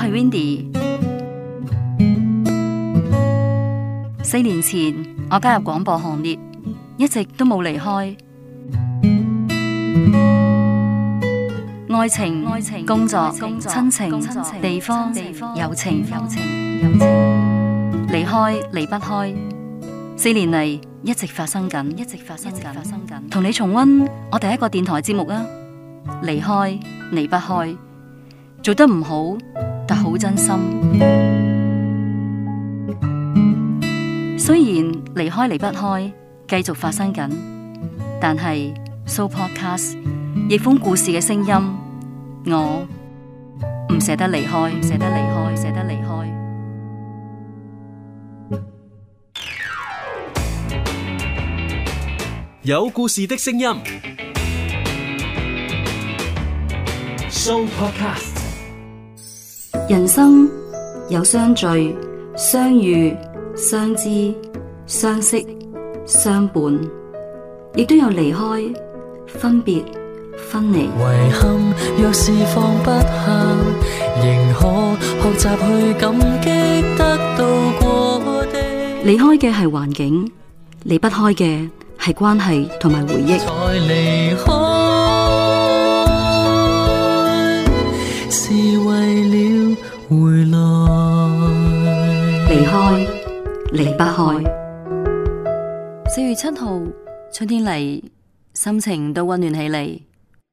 係 Windy。4年前，我加入廣播行列，一直都冇離開。愛情、工作、親情、地方、友情，離開離不開。4年嚟一直發生緊，同你重溫我第一個電台節目啊！離開離不開，做得唔好，但好真心。雖然離開離不開，繼續發生緊，但係 So Podcast 逆風故事嘅聲音，我唔捨得離開，唔捨得離開，唔捨得離開。 有故事的聲音 So Podcast。 人生有相聚、相遇、相知、相識、相伴，亦都有離開、分別、分離。 遺憾若是放不下，仍可學習去感激得到過的。 離開嘅係環境，離不開嘅係關係同埋回憶。 才離開是為了回來。 離開離不開。4月7號，春天嚟，心情都溫暖起嚟。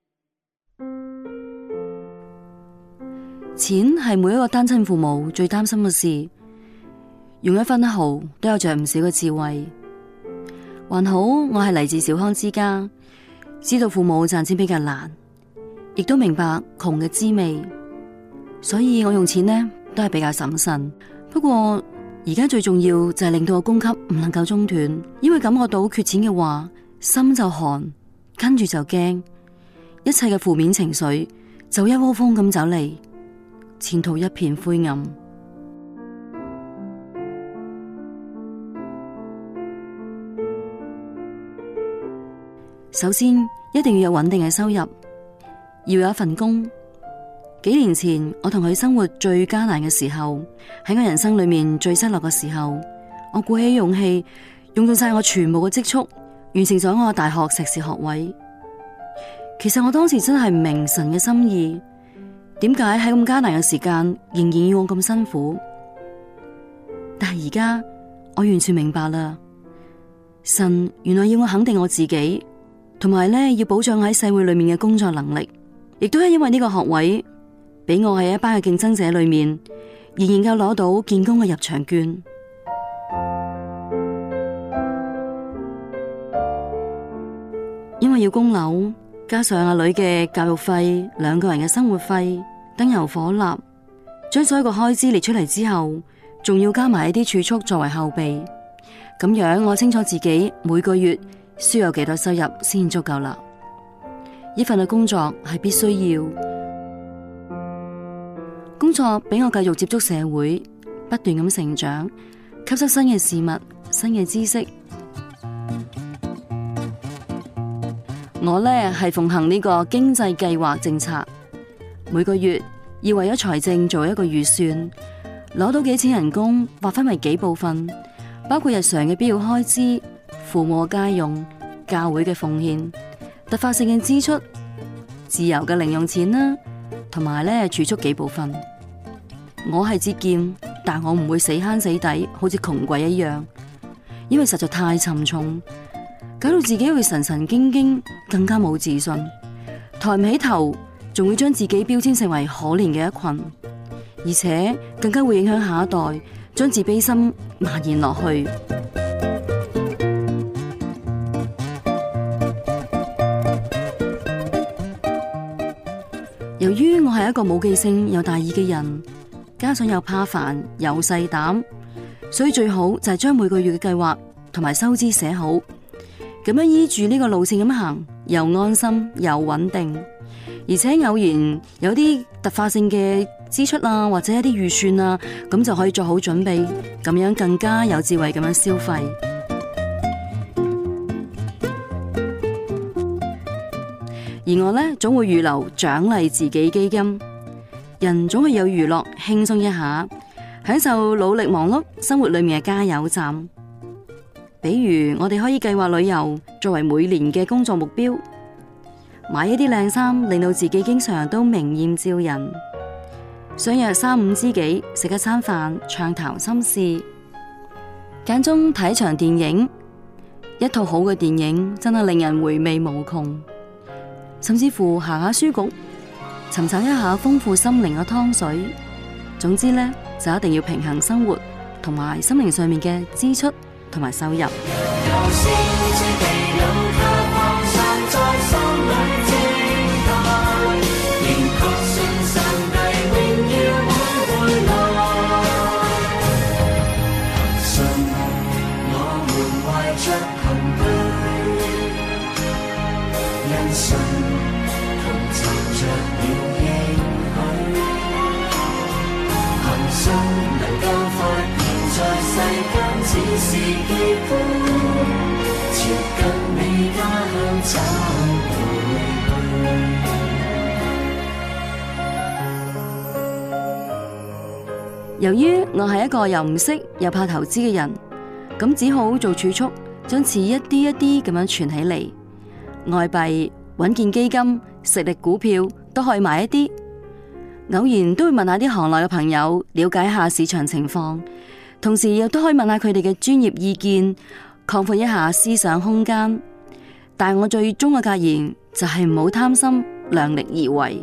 錢係每一個單親父母最擔心嘅事，用一分一毫都有着唔少嘅智慧。還好我係嚟自小康之家，知道父母賺錢比較難，亦都明白窮嘅滋味，所以我用錢呢都係比較審慎。不過而家最重要就係令到我供給唔能夠中斷，因為感覺到缺錢嘅話，心就寒，跟住就驚，一切嘅負面情緒就一窩蜂咁走嚟，前途一片灰暗。首先一定要有穩定嘅收入，要有一份工。幾年前我同佢生活最艱難嘅時候，喺我人生裏面最失落嘅時候，我鼓起勇氣，用盡晒我全部嘅積蓄，完成咗我大學碩士學位。其實我當時真係唔明神嘅心意，點解喺咁艱難嘅時間仍然要我咁辛苦？但係而家我完全明白啦，神原來要我肯定我自己，同埋咧要保障我喺社會裏面嘅工作能力，亦都係因為呢個學位，俾我喺一班嘅競爭者裏面，仍然夠攞到建工嘅入場券。因為要供樓，加上阿女嘅教育費、2個人嘅生活費、燈油火蠟，將所有個開支列出嚟之後，仲要加埋一啲儲蓄作為後備。咁樣我清楚自己每個月需要有幾多收入先足夠啦。呢份嘅工作係必須要，工作俾我繼續接觸社會，不斷咁成長，吸收新嘅事物、新嘅知識。我呢係奉行呢個經濟計劃政策，每個月要為咗財政做一個預算，攞到幾錢人工劃分為幾部分，包括日常嘅必要開支、父母嘅家用、教會嘅奉獻、突發性嘅支出、自由嘅零用錢啦，同埋儲蓄幾部分。我係節儉，但我唔會死慳死抵，好似窮鬼一樣，因為實在太沉重，搞到自己會神神經經，更加冇自信，抬唔起頭，仲會將自己標籤成為可憐嘅一群，而且更加會影響下一代，將自卑心蔓延落去。由於我係一個冇記性又大意嘅人，加上又怕煩又細膽，所以最好就係將每個月嘅計劃同埋收支寫好，咁樣依住呢個路線咁行，又安心又穩定，而且偶然有啲突發性嘅支出啊，或者一啲預算啊，咁就可以做好準備，咁樣更加有智慧咁樣消費。而我呢，總會預留獎勵自己基金， 人總係有娛樂，輕鬆一下，享受努力忙碌生活裏面嘅加油站。比如我哋可以計劃旅遊作為每年嘅工作目標，買一啲靚衫，令到自己經常都明豔照人。相約三五知己食一餐飯，暢談心事。間中睇場電影，一套好嘅電影真係令人回味無窮。甚至乎行下書局，尋找一下豐富心靈嘅湯水。總之呢，就一定要平衡生活同埋心靈上面嘅支出同埋收入。由於我係一個又唔識又怕投資嘅人，咁只好做儲蓄，將錢一啲一啲咁樣存起嚟。外幣、穩健基金、實力股票都可以買一啲。偶然都會問下啲行內嘅朋友，了解下市場情況，同時亦都可以問下佢哋嘅專業意見，擴闊一下思想空間。但係我最終嘅格言就係唔好貪心，量力而為。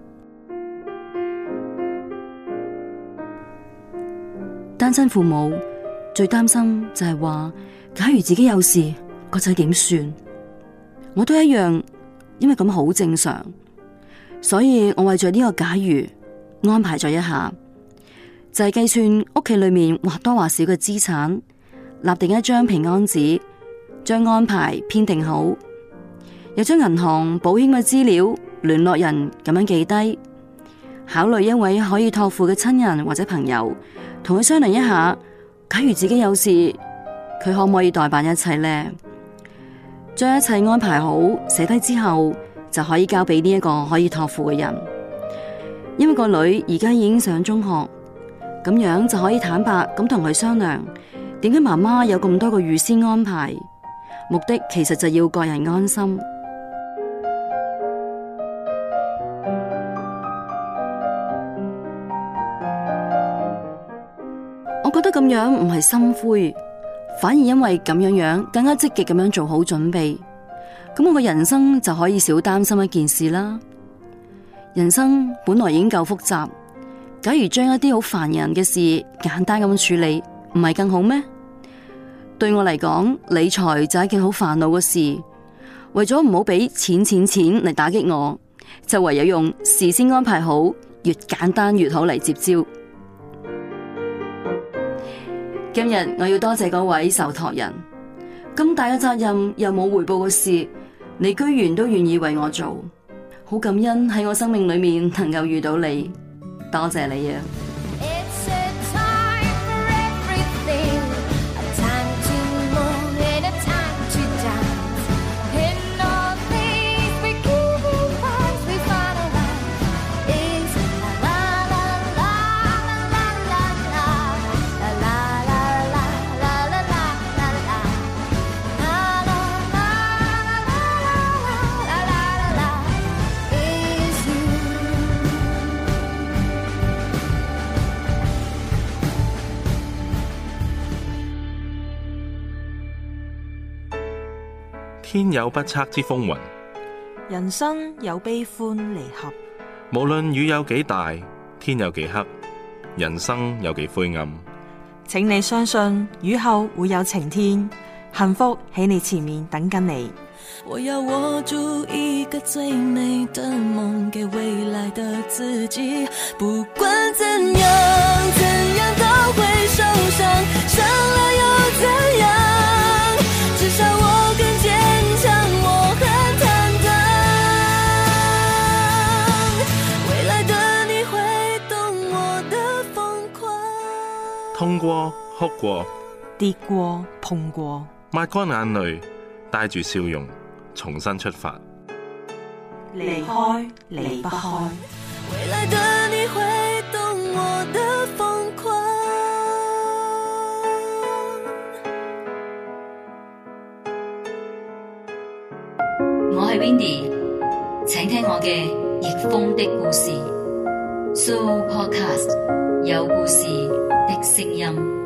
單親父母最擔心就係話，假如自己有事，個仔點算？我都一樣，因為咁好正常，所以我為咗呢個假如安排咗一下，就係計算屋企裏面或多或少嘅資產，立定一張平安紙，將安排編定好，又將銀行、保險嘅資料、聯絡人咁樣記低，考慮一位可以託付嘅親人或者朋友，同佢商量一下，假如自己有事，佢可唔可以代辦一切呢？將一切安排好，寫低之後，就可以交俾呢一個可以託付嘅人。因為個女而家已經上中學，咁樣就可以坦白咁同佢商量，點解媽媽有咁多個預先安排，目的其實就要個人安心。我覺得咁樣唔係心灰，反而因為咁樣更加積極咁樣做好準備，咁我嘅人生就可以少擔心一件事啦。人生本來已經夠複雜，假如將一啲好煩人嘅事簡單咁處理，唔係更好咩？對我嚟講，理財就係一件好煩惱嘅事，為咗唔好俾錢嚟打擊我，就唯有用事先安排好，越簡單越好嚟接招。今日我要多謝嗰位受託人，咁大嘅責任又冇回報嘅事，你居然都願意為我做，好感恩喺我生命裏面能夠遇到你，多謝你啊！ 天有不測之風雲， 人生有悲歡離合。 無論雨有幾大，天有幾黑，人生有幾灰暗， 請你相信雨後會有晴天，幸福喺你前面等緊你。 我要握住一個最美的夢，給未來的自己，不管怎樣都會受傷，傷了又怎樣，至少我更堅強，我很坦蕩，未來的你會懂我的瘋狂。 痛過哭過跌過碰過， 抹乾眼淚，帶住笑容重新出發。 離開離不開， 未來的你會我係 Windy， 請聽我嘅逆風的故事。So Podcast 有故事的聲音。